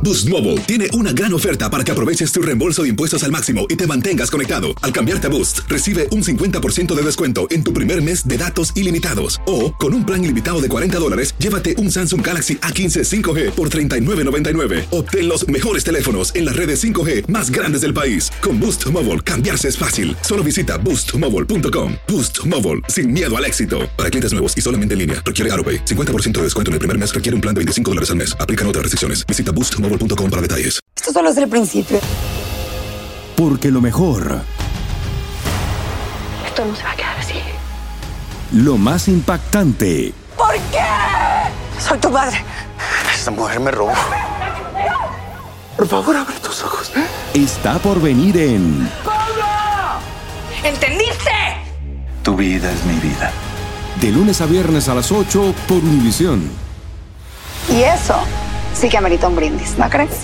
Boost Mobile tiene una gran oferta para que aproveches tu reembolso de impuestos al máximo y te mantengas conectado. Al cambiarte a Boost, recibe un 50% de descuento en tu primer mes de datos ilimitados. O, con un plan ilimitado de $40, llévate un Samsung Galaxy A15 5G por $39.99. Obtén los mejores teléfonos en las redes 5G más grandes del país. Con Boost Mobile, cambiarse es fácil. Solo visita boostmobile.com. Boost Mobile, sin miedo al éxito. Para clientes nuevos y solamente en línea, requiere AroPay. 50% de descuento en el primer mes requiere un plan de $25 al mes. Aplican otras restricciones. Visita boostmobile.com para detalles. Esto solo es el principio. Porque lo mejor... Esto no se va a quedar así. Lo más impactante... ¿Por qué? Soy tu padre. Esta mujer me robó. Por favor, abre tus ojos. Está por venir en... ¡Pablo! ¿Entendiste? Tu vida es mi vida. De lunes a viernes a las 8 por Univisión. Y eso sí que amerita un brindis, ¿no crees?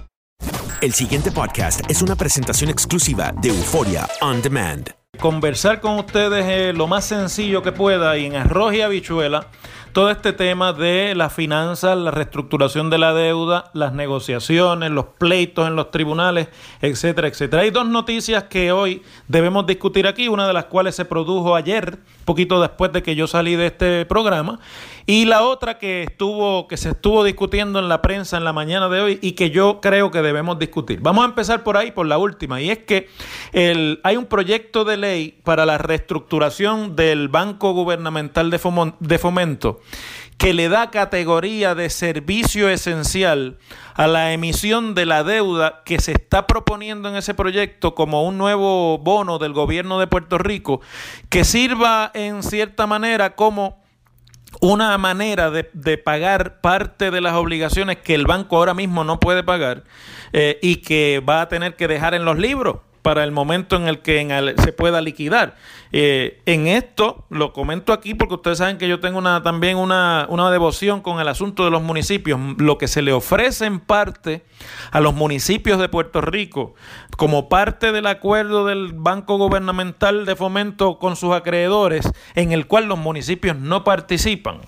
El siguiente podcast es una presentación exclusiva de Euphoria On Demand. Conversar con ustedes lo más sencillo que pueda y en arroz y habichuela todo este tema de las finanzas, la reestructuración de la deuda, las negociaciones, los pleitos en los tribunales, etcétera, etcétera. Hay dos noticias que hoy debemos discutir aquí, una de las cuales se produjo ayer, poquito después de que yo salí de este programa, y la otra que se estuvo discutiendo en la prensa en la mañana de hoy y que yo creo que debemos discutir. Vamos a empezar por ahí, por la última, y es que hay un proyecto de ley para la reestructuración del Banco Gubernamental de Fomento que le da categoría de servicio esencial a la emisión de la deuda que se está proponiendo en ese proyecto como un nuevo bono del gobierno de Puerto Rico que sirva en cierta manera como una manera de pagar parte de las obligaciones que el banco ahora mismo no puede pagar y que va a tener que dejar en los libros para el momento en el que se pueda liquidar. En esto, lo comento aquí porque ustedes saben que yo tengo también una devoción con el asunto de los municipios. Lo que se le ofrece en parte a los municipios de Puerto Rico como parte del acuerdo del Banco Gubernamental de Fomento con sus acreedores, en el cual los municipios no participan,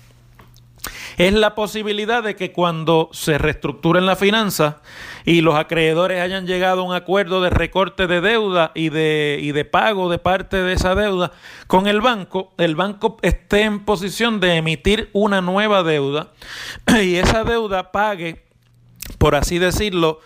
es la posibilidad de que cuando se reestructuren las finanzas y los acreedores hayan llegado a un acuerdo de recorte de deuda y de pago de parte de esa deuda con el banco esté en posición de emitir una nueva deuda y esa deuda pague, por así decirlo,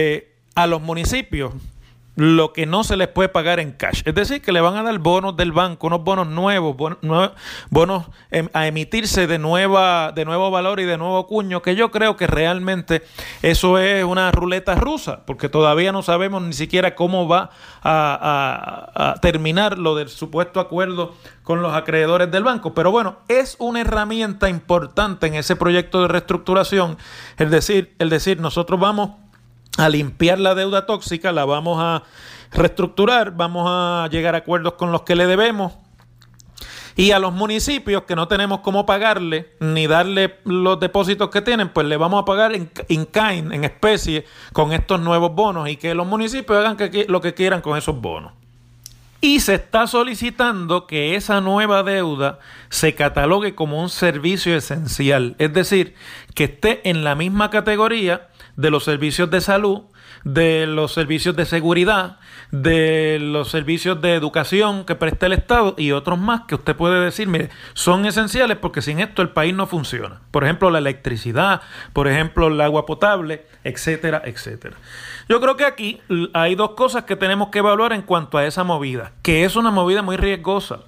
a los municipios lo que no se les puede pagar en cash. Es decir, que le van a dar bonos del banco, unos bonos nuevos, bonos a emitirse de nuevo valor y de nuevo cuño, que yo creo que realmente eso es una ruleta rusa, porque todavía no sabemos ni siquiera cómo va a terminar lo del supuesto acuerdo con los acreedores del banco. Pero bueno, es una herramienta importante en ese proyecto de reestructuración, es decir, nosotros vamos a limpiar la deuda tóxica, la vamos a reestructurar, vamos a llegar a acuerdos con los que le debemos y a los municipios que no tenemos cómo pagarle ni darle los depósitos que tienen, pues le vamos a pagar in kind, en especie, con estos nuevos bonos y que los municipios hagan lo que quieran con esos bonos. Y se está solicitando que esa nueva deuda se catalogue como un servicio esencial, es decir, que esté en la misma categoría de los servicios de salud, de los servicios de seguridad, de los servicios de educación que presta el Estado y otros más que usted puede decir, mire, son esenciales porque sin esto el país no funciona. Por ejemplo, la electricidad, por ejemplo, el agua potable, etcétera, etcétera. Yo creo que aquí hay dos cosas que tenemos que evaluar en cuanto a esa movida, que es una movida muy riesgosa.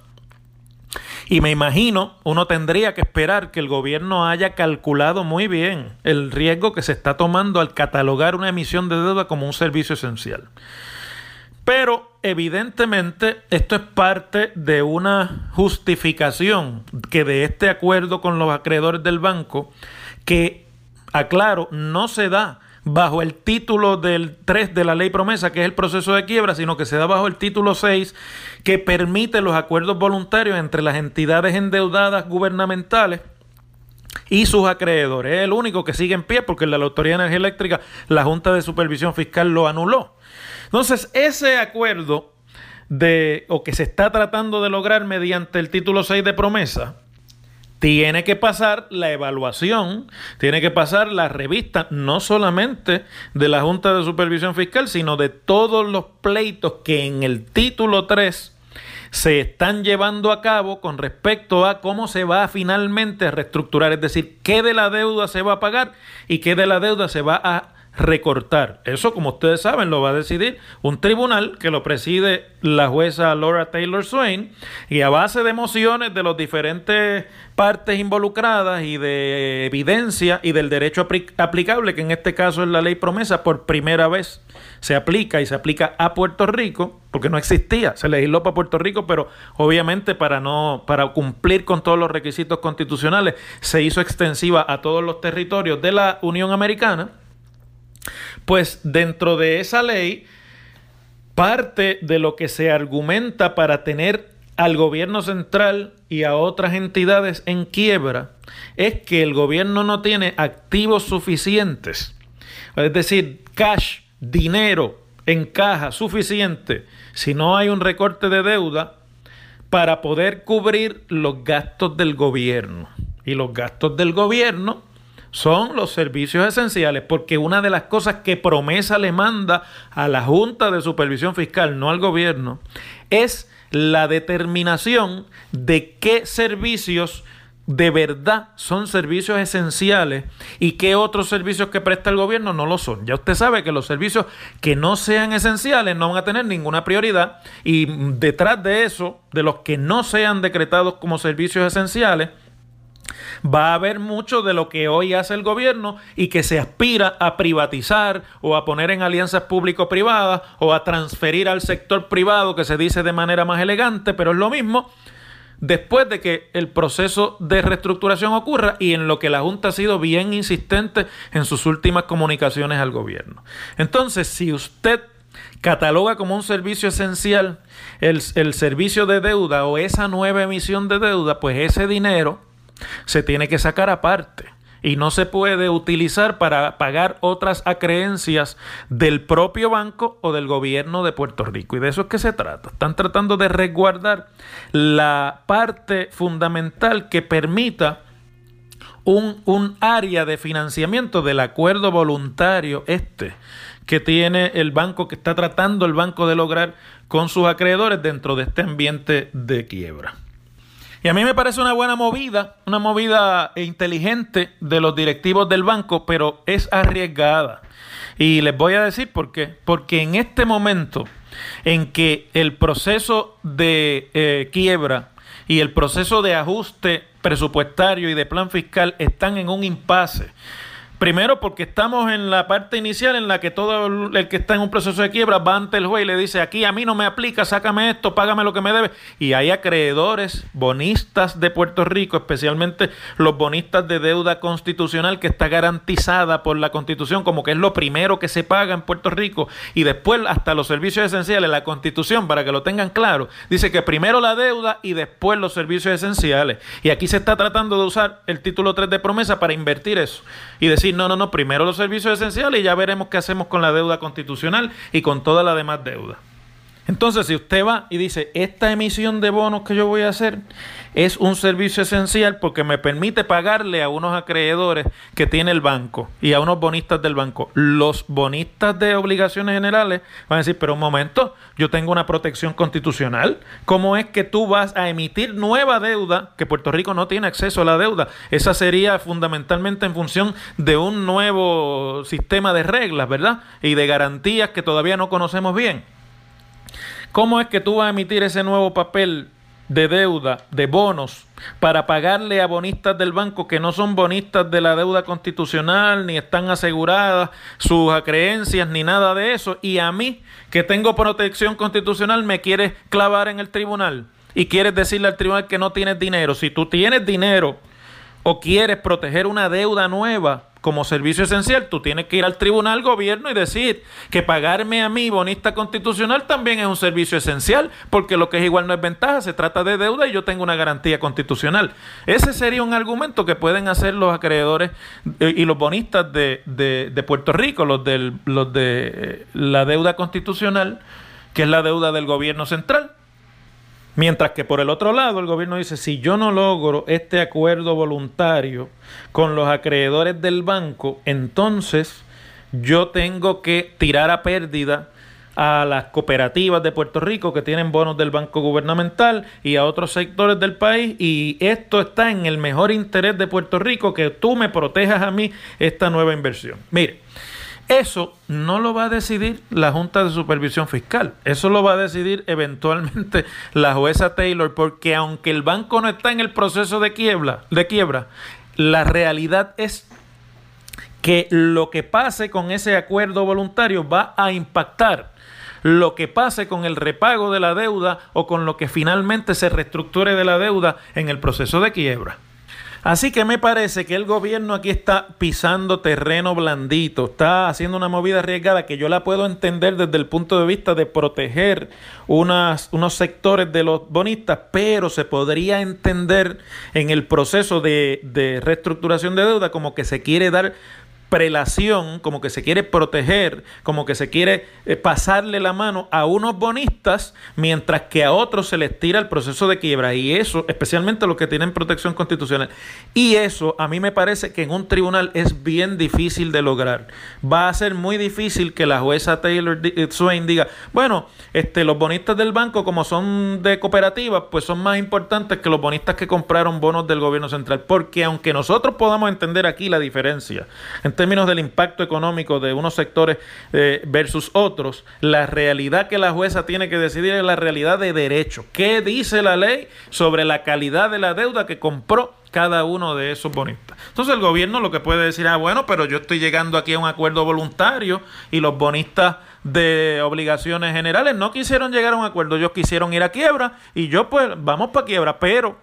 Y me imagino, uno tendría que esperar que el gobierno haya calculado muy bien el riesgo que se está tomando al catalogar una emisión de deuda como un servicio esencial. Pero evidentemente esto es parte de una justificación que de este acuerdo con los acreedores del banco, que, aclaro, no se da bajo el título del 3 de la ley promesa, que es el proceso de quiebra, sino que se da bajo el título 6, que permite los acuerdos voluntarios entre las entidades endeudadas gubernamentales y sus acreedores. Es el único que sigue en pie porque la Autoridad de Energía Eléctrica, la Junta de Supervisión Fiscal lo anuló. Entonces, ese acuerdo que se está tratando de lograr mediante el título 6 de promesa tiene que pasar la evaluación, tiene que pasar la revista, no solamente de la Junta de Supervisión Fiscal, sino de todos los pleitos que en el título 3 se están llevando a cabo con respecto a cómo se va finalmente a reestructurar, es decir, qué de la deuda se va a pagar y qué de la deuda se va a recortar. Eso, como ustedes saben, lo va a decidir un tribunal que lo preside la jueza Laura Taylor Swain, y a base de mociones de las diferentes partes involucradas y de evidencia y del derecho aplicable, que en este caso es la ley promesa, por primera vez se aplica y se aplica a Puerto Rico, porque no existía, se legisló para Puerto Rico, pero obviamente para cumplir con todos los requisitos constitucionales se hizo extensiva a todos los territorios de la Unión Americana. Pues dentro de esa ley, parte de lo que se argumenta para tener al gobierno central y a otras entidades en quiebra es que el gobierno no tiene activos suficientes, es decir, cash, dinero en caja suficiente, si no hay un recorte de deuda, para poder cubrir los gastos del gobierno. Y los gastos del gobierno son los servicios esenciales, porque una de las cosas que Promesa le manda a la Junta de Supervisión Fiscal, no al gobierno, es la determinación de qué servicios de verdad son servicios esenciales y qué otros servicios que presta el gobierno no lo son. Ya usted sabe que los servicios que no sean esenciales no van a tener ninguna prioridad, y detrás de eso, de los que no sean decretados como servicios esenciales, va a haber mucho de lo que hoy hace el gobierno y que se aspira a privatizar o a poner en alianzas público-privadas o a transferir al sector privado, que se dice de manera más elegante, pero es lo mismo, después de que el proceso de reestructuración ocurra, y en lo que la Junta ha sido bien insistente en sus últimas comunicaciones al gobierno. Entonces, si usted cataloga como un servicio esencial el servicio de deuda o esa nueva emisión de deuda, pues ese dinero se tiene que sacar aparte y no se puede utilizar para pagar otras acreencias del propio banco o del gobierno de Puerto Rico. Y de eso es que se trata. Están tratando de resguardar la parte fundamental que permita un área de financiamiento del acuerdo voluntario que tiene el banco, que está tratando el banco de lograr con sus acreedores dentro de este ambiente de quiebra. Y a mí me parece una buena movida, una movida inteligente de los directivos del banco, pero es arriesgada. Y les voy a decir por qué. Porque en este momento en que el proceso de quiebra y el proceso de ajuste presupuestario y de plan fiscal están en un impasse. Primero, porque estamos en la parte inicial en la que todo el que está en un proceso de quiebra va ante el juez y le dice: aquí a mí no me aplica, sácame esto, págame lo que me debe. Y hay acreedores, bonistas de Puerto Rico, especialmente los bonistas de deuda constitucional, que está garantizada por la Constitución como que es lo primero que se paga en Puerto Rico, y después hasta los servicios esenciales. La Constitución, para que lo tengan claro, dice que primero la deuda y después los servicios esenciales. Y aquí se está tratando de usar el título 3 de Promesa para invertir eso y decir: no, primero los servicios esenciales y ya veremos qué hacemos con la deuda constitucional y con toda la demás deuda. Entonces, si usted va y dice: esta emisión de bonos que yo voy a hacer es un servicio esencial porque me permite pagarle a unos acreedores que tiene el banco y a unos bonistas del banco, los bonistas de obligaciones generales van a decir: pero un momento, yo tengo una protección constitucional. ¿Cómo es que tú vas a emitir nueva deuda? Que Puerto Rico no tiene acceso a la deuda. Esa sería fundamentalmente en función de un nuevo sistema de reglas, ¿verdad? Y de garantías que todavía no conocemos bien. ¿Cómo es que tú vas a emitir ese nuevo papel de deuda, de bonos, para pagarle a bonistas del banco que no son bonistas de la deuda constitucional, ni están aseguradas sus acreencias, ni nada de eso? Y a mí, que tengo protección constitucional, me quieres clavar en el tribunal y quieres decirle al tribunal que no tienes dinero. Si tú tienes dinero o quieres proteger una deuda nueva como servicio esencial, tú tienes que ir al tribunal, gobierno, y decir que pagarme a mí, bonista constitucional, también es un servicio esencial, porque lo que es igual no es ventaja, se trata de deuda y yo tengo una garantía constitucional. Ese sería un argumento que pueden hacer los acreedores y los bonistas de Puerto Rico, los de la deuda constitucional, que es la deuda del gobierno central. Mientras que por el otro lado el gobierno dice, si yo no logro este acuerdo voluntario con los acreedores del banco, entonces yo tengo que tirar a pérdida a las cooperativas de Puerto Rico que tienen bonos del banco gubernamental y a otros sectores del país, y esto está en el mejor interés de Puerto Rico, que tú me protejas a mí esta nueva inversión. Mire, eso no lo va a decidir la Junta de Supervisión Fiscal, eso lo va a decidir eventualmente la jueza Taylor, porque aunque el banco no está en el proceso de quiebra, la realidad es que lo que pase con ese acuerdo voluntario va a impactar lo que pase con el repago de la deuda o con lo que finalmente se reestructure de la deuda en el proceso de quiebra. Así que me parece que el gobierno aquí está pisando terreno blandito, está haciendo una movida arriesgada que yo la puedo entender desde el punto de vista de proteger unos sectores de los bonistas, pero se podría entender en el proceso de reestructuración de deuda como que se quiere dar prelación, como que se quiere proteger, como que se quiere pasarle la mano a unos bonistas, mientras que a otros se les tira el proceso de quiebra, y eso, especialmente los que tienen protección constitucional, y eso a mí me parece que en un tribunal es bien difícil de lograr. Va a ser muy difícil que la jueza Taylor Swain diga, bueno, los bonistas del banco, como son de cooperativas, pues son más importantes que los bonistas que compraron bonos del gobierno central, porque aunque nosotros podamos entender aquí la diferencia en términos del impacto económico de unos sectores versus otros, la realidad que la jueza tiene que decidir es la realidad de derecho. ¿Qué dice la ley sobre la calidad de la deuda que compró cada uno de esos bonistas? Entonces el gobierno lo que puede decir, bueno, pero yo estoy llegando aquí a un acuerdo voluntario y los bonistas de obligaciones generales no quisieron llegar a un acuerdo, ellos quisieron ir a quiebra y yo pues vamos para quiebra, pero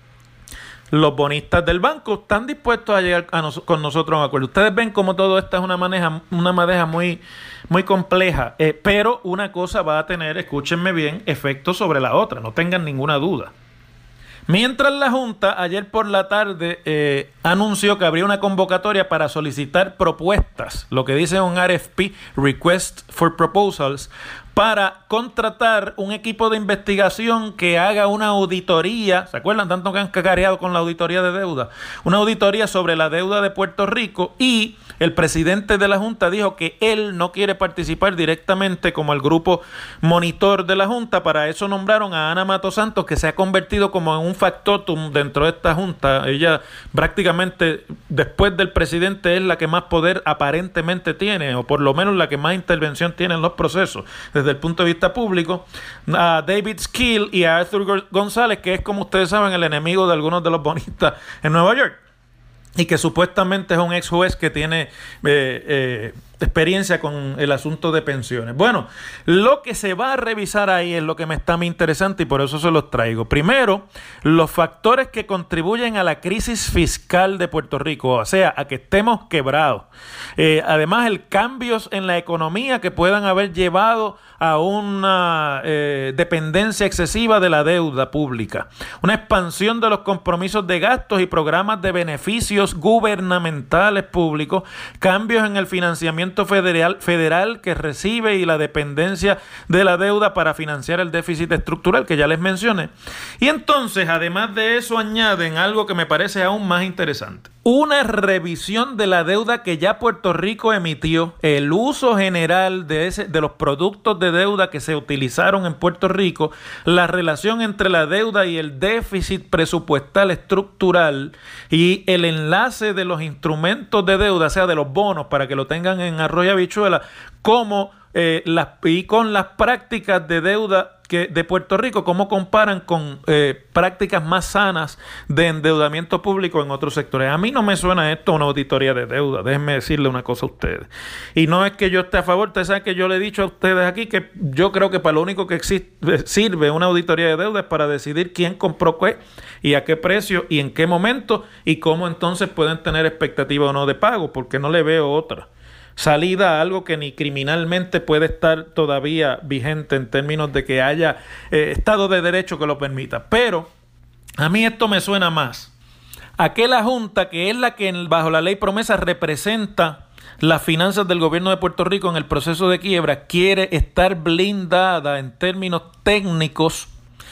los bonistas del banco están dispuestos a llegar con nosotros a un acuerdo. Ustedes ven cómo todo esto es una madeja muy, muy compleja, pero una cosa va a tener, escúchenme bien, efectos sobre la otra, no tengan ninguna duda. Mientras la Junta ayer por la tarde anunció que habría una convocatoria para solicitar propuestas, lo que dice un RFP, Request for Proposals, para contratar un equipo de investigación que haga una auditoría. ¿Se acuerdan tanto que han cacareado con la auditoría de deuda? Una auditoría sobre la deuda de Puerto Rico, y el presidente de la Junta dijo que él no quiere participar directamente como el grupo monitor de la Junta. Para eso nombraron a Ana Mato Santos, que se ha convertido como en un factotum dentro de esta Junta. Ella prácticamente, después del presidente, es la que más poder aparentemente tiene, o por lo menos la que más intervención tiene en los procesos desde el punto de vista público. A David Skill y a Arthur González, que es, como ustedes saben, el enemigo de algunos de los bonistas en Nueva York, y que supuestamente es un ex juez que tiene experiencia con el asunto de pensiones. Bueno, lo que se va a revisar ahí es lo que me está muy interesante, y por eso se los traigo. Primero, los factores que contribuyen a la crisis fiscal de Puerto Rico, o sea, a que estemos quebrados. Además, el cambios en la economía que puedan haber llevado a una dependencia excesiva de la deuda pública, una expansión de los compromisos de gastos y programas de beneficios gubernamentales públicos, cambios en el financiamiento federal que recibe y la dependencia de la deuda para financiar el déficit estructural que ya les mencioné. Y entonces, además de eso, añaden algo que me parece aún más interesante: una revisión de la deuda que ya Puerto Rico emitió, el uso general de los productos de deuda que se utilizaron en Puerto Rico, la relación entre la deuda y el déficit presupuestal estructural, y el enlace de los instrumentos de deuda, o sea, de los bonos, para que lo tengan en arroz y habichuela, como y con las prácticas de deuda de Puerto Rico, cómo comparan con prácticas más sanas de endeudamiento público en otros sectores. A mí no me suena esto una auditoría de deuda, déjenme decirle una cosa a ustedes. Y no es que yo esté a favor, ustedes saben que yo le he dicho a ustedes aquí que yo creo que para lo único que sirve una auditoría de deuda es para decidir quién compró qué y a qué precio y en qué momento, y cómo entonces pueden tener expectativa o no de pago, porque no le veo otra salida a algo que ni criminalmente puede estar todavía vigente en términos de que haya Estado de Derecho que lo permita. Pero a mí esto me suena más a que la Junta, que es la que bajo la ley promesa representa las finanzas del gobierno de Puerto Rico en el proceso de quiebra, quiere estar blindada en términos técnicos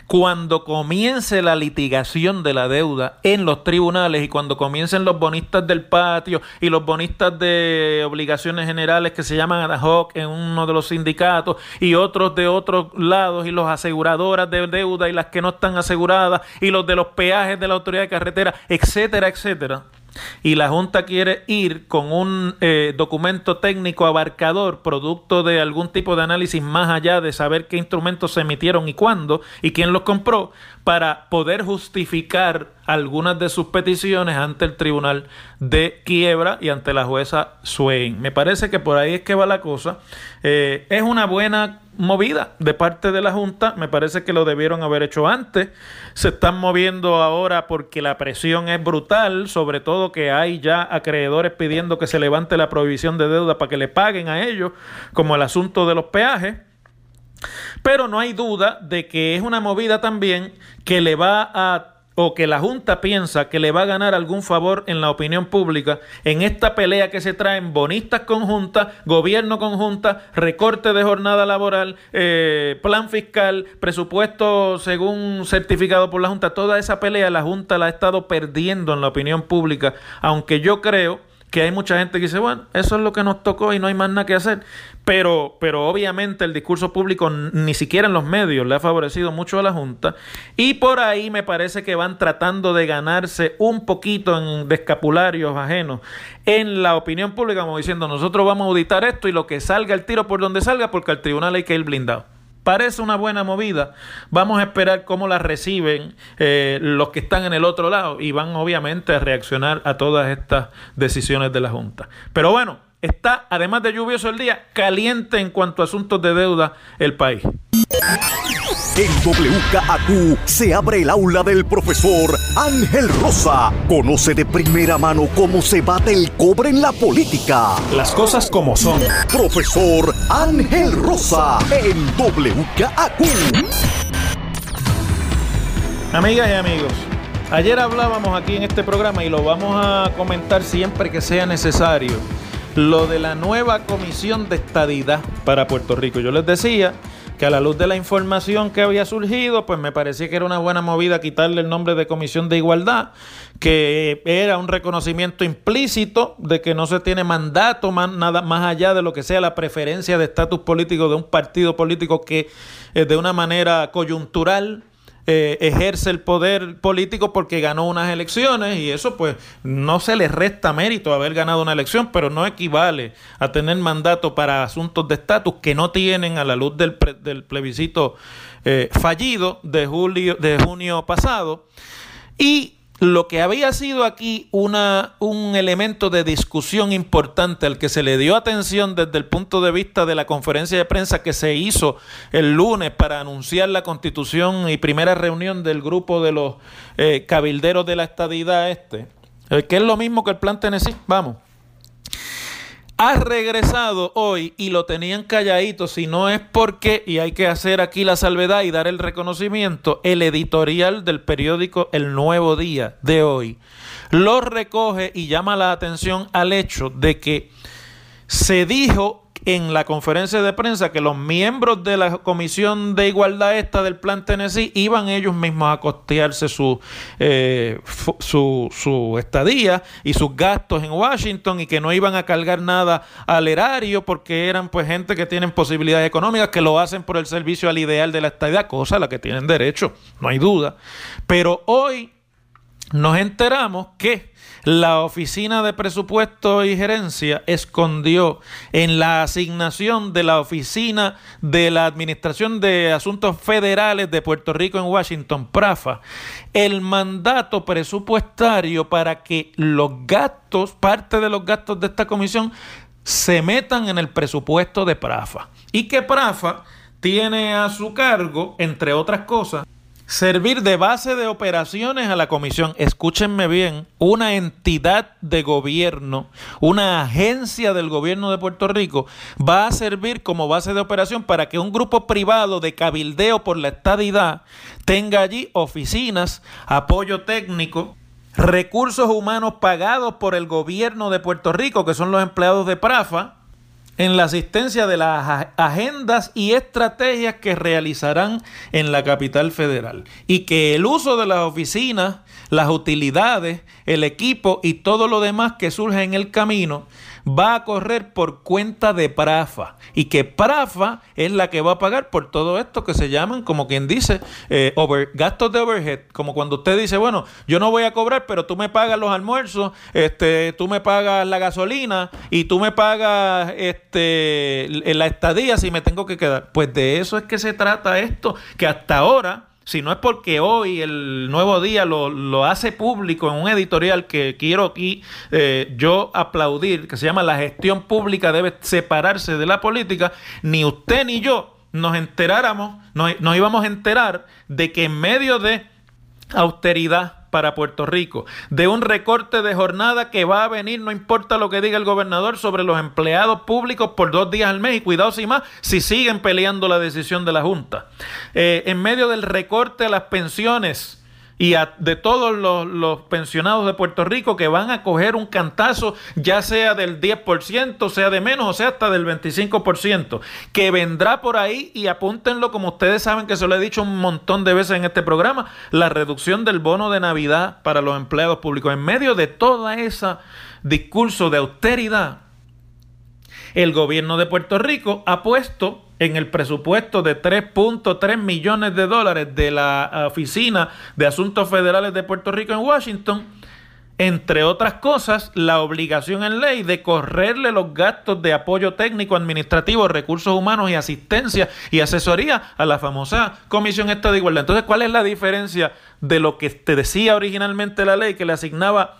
cuando comience la litigación de la deuda en los tribunales y cuando comiencen los bonistas del patio y los bonistas de obligaciones generales que se llaman ad hoc en uno de los sindicatos y otros de otros lados y los aseguradoras de deuda y las que no están aseguradas y los de los peajes de la autoridad de carretera, etcétera, etcétera. Y la Junta quiere ir con un documento técnico abarcador, producto de algún tipo de análisis más allá de saber qué instrumentos se emitieron y cuándo y quién los compró, para poder justificar algunas de sus peticiones ante el Tribunal de Quiebra y ante la jueza Swain. Me parece que por ahí es que va la cosa. Es una buena movida de parte de la Junta. Me parece que lo debieron haber hecho antes. Se están moviendo ahora porque la presión es brutal, sobre todo que hay ya acreedores pidiendo que se levante la prohibición de deuda para que le paguen a ellos, como el asunto de los peajes. Pero no hay duda de que es una movida también que le va a, o que la Junta piensa que le va a ganar algún favor en la opinión pública en esta pelea que se traen bonistas conjuntas, gobierno conjunta, recorte de jornada laboral, plan fiscal, presupuesto según certificado por la Junta. Toda esa pelea la Junta la ha estado perdiendo en la opinión pública, aunque yo creo que hay mucha gente que dice, bueno, eso es lo que nos tocó y no hay más nada que hacer. Pero obviamente el discurso público ni siquiera en los medios le ha favorecido mucho a la Junta. Y por ahí me parece que van tratando de ganarse un poquito de escapularios ajenos en la opinión pública, como diciendo, nosotros vamos a auditar esto y lo que salga el tiro por donde salga, porque al tribunal hay que ir blindado. Parece una buena movida. Vamos a esperar cómo la reciben los que están en el otro lado y van obviamente a reaccionar a todas estas decisiones de la Junta. Pero bueno, está, además de lluvioso el día, caliente en cuanto a asuntos de deuda el país. En WKAQ se abre el aula del profesor Ángel Rosa. Conoce de primera mano cómo se bate el cobre en la política. Las cosas como son. Profesor Ángel Rosa en WKAQ. Amigas y amigos, ayer hablábamos aquí en este programa y lo vamos a comentar siempre que sea necesario, lo de la nueva comisión de estadidad para Puerto Rico. Yo les decía que a la luz de la información que había surgido, pues me parecía que era una buena movida quitarle el nombre de Comisión de Igualdad, que era un reconocimiento implícito de que no se tiene mandato nada más allá de lo que sea la preferencia de estatus político de un partido político que de una manera coyuntural ejerce el poder político porque ganó unas elecciones, y eso pues no se le resta mérito haber ganado una elección, pero no equivale a tener mandato para asuntos de estatus que no tienen a la luz del plebiscito fallido de junio pasado. Y lo que había sido aquí un elemento de discusión importante al que se le dio atención desde el punto de vista de la conferencia de prensa que se hizo el lunes para anunciar la constitución y primera reunión del grupo de los cabilderos de la estadidad que es lo mismo que el Plan Tennessee, vamos. Ha regresado hoy y lo tenían calladito, si no es porque, y hay que hacer aquí la salvedad y dar el reconocimiento, el editorial del periódico El Nuevo Día de hoy lo recoge y llama la atención al hecho de que se dijo en la conferencia de prensa que los miembros de la Comisión de Igualdad del Plan Tennessee iban ellos mismos a costearse su estadía y sus gastos en Washington, y que no iban a cargar nada al erario porque eran pues gente que tienen posibilidades económicas, que lo hacen por el servicio al ideal de la estadía, cosa a la que tienen derecho, no hay duda. Pero hoy nos enteramos que la Oficina de Presupuesto y Gerencia escondió en la asignación de la Oficina de la Administración de Asuntos Federales de Puerto Rico en Washington, PRAFA, el mandato presupuestario para que los gastos, parte de los gastos de esta comisión, se metan en el presupuesto de PRAFA. Y que PRAFA tiene a su cargo, entre otras cosas, servir de base de operaciones a la comisión. Escúchenme bien, una entidad de gobierno, una agencia del gobierno de Puerto Rico va a servir como base de operación para que un grupo privado de cabildeo por la estadidad tenga allí oficinas, apoyo técnico, recursos humanos pagados por el gobierno de Puerto Rico, que son los empleados de PRAFA, en la asistencia de las agendas y estrategias que realizarán en la capital federal, y que el uso de las oficinas, las utilidades, el equipo y todo lo demás que surge en el camino va a correr por cuenta de PRAFA, y que PRAFA es la que va a pagar por todo esto que se llaman, como quien dice, gastos de overhead, como cuando usted dice, bueno, yo no voy a cobrar, pero tú me pagas los almuerzos, tú me pagas la gasolina y tú me pagas la estadía si me tengo que quedar. Pues de eso es que se trata esto, que hasta ahora, si no es porque hoy el Nuevo Día lo hace público en un editorial que quiero aquí yo aplaudir, que se llama La gestión pública debe separarse de la política, ni usted ni yo nos íbamos a enterar de que en medio de austeridad para Puerto Rico, de un recorte de jornada que va a venir, no importa lo que diga el gobernador sobre los empleados públicos por 2 días al mes, y cuidado si más, si siguen peleando la decisión de la Junta, en medio del recorte a las pensiones y de todos los pensionados de Puerto Rico que van a coger un cantazo, ya sea del 10%, sea de menos, o sea hasta del 25%, que vendrá por ahí, y apúntenlo, como ustedes saben que se lo he dicho un montón de veces en este programa, la reducción del bono de Navidad para los empleados públicos. En medio de todo ese discurso de austeridad, el gobierno de Puerto Rico ha puesto en el presupuesto de $3.3 millones de la Oficina de Asuntos Federales de Puerto Rico en Washington, entre otras cosas, la obligación en ley de correrle los gastos de apoyo técnico, administrativo, recursos humanos y asistencia y asesoría a la famosa Comisión esta de Igualdad. Entonces, ¿cuál es la diferencia de lo que te decía originalmente la ley, que le asignaba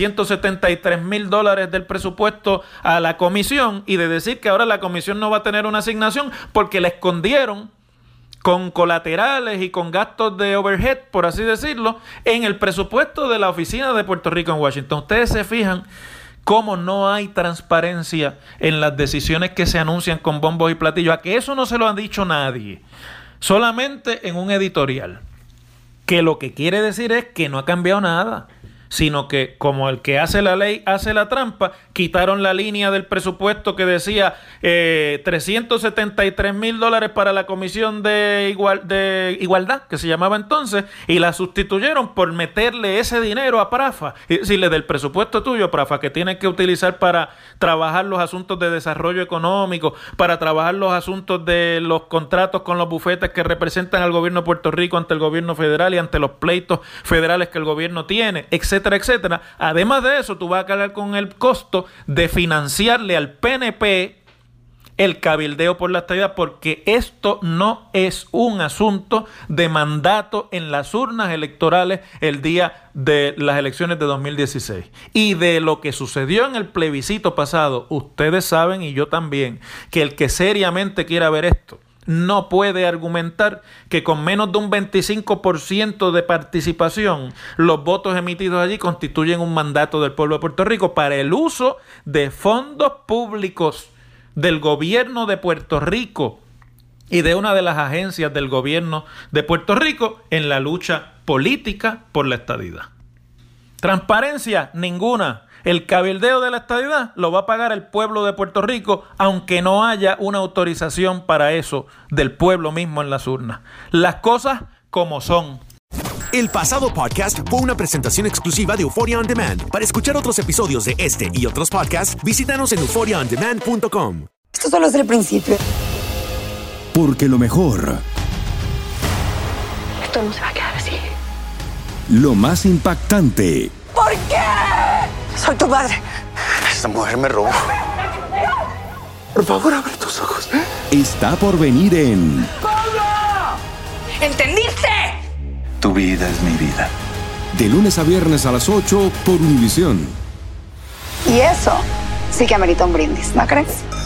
$373,000 del presupuesto a la comisión, y de decir que ahora la comisión no va a tener una asignación porque la escondieron con colaterales y con gastos de overhead, por así decirlo, en el presupuesto de la oficina de Puerto Rico en Washington? Ustedes se fijan cómo no hay transparencia en las decisiones que se anuncian con bombos y platillos. A que eso no se lo ha dicho nadie, solamente en un editorial, que lo que quiere decir es que no ha cambiado nada, sino que como el que hace la ley hace la trampa, quitaron la línea del presupuesto que decía $373,000 para la Comisión de Igualdad, que se llamaba entonces, y la sustituyeron por meterle ese dinero a PRAFA, y decirle, del presupuesto tuyo, PRAFA, que tienes que utilizar para trabajar los asuntos de desarrollo económico, para trabajar los asuntos de los contratos con los bufetes que representan al gobierno de Puerto Rico ante el gobierno federal y ante los pleitos federales que el gobierno tiene, etcétera, etcétera. Además de eso, tú vas a cargar con el costo de financiarle al PNP el cabildeo por la estadidad, porque esto no es un asunto de mandato en las urnas electorales el día de las elecciones de 2016. Y de lo que sucedió en el plebiscito pasado, ustedes saben, y yo también, que el que seriamente quiera ver esto no puede argumentar que con menos de un 25% de participación los votos emitidos allí constituyen un mandato del pueblo de Puerto Rico para el uso de fondos públicos del gobierno de Puerto Rico y de una de las agencias del gobierno de Puerto Rico en la lucha política por la estadidad. Transparencia ninguna. El cabildeo de la estadidad lo va a pagar el pueblo de Puerto Rico, aunque no haya una autorización para eso del pueblo mismo en las urnas. Las cosas como son. El pasado podcast fue una presentación exclusiva de Euphoria On Demand. Para escuchar otros episodios de este y otros podcasts, visítanos en euphoriaondemand.com. Esto solo es el principio. Porque lo mejor, Esto no se va a quedar así. lo más impactante, ¿Por qué? Soy tu madre. Esta mujer me robó. Por favor, abre tus ojos. está por venir en ¿Entendiste? Tu vida es mi vida. de lunes a viernes a las 8 por Univisión. Y eso sí que amerita un brindis, ¿no crees?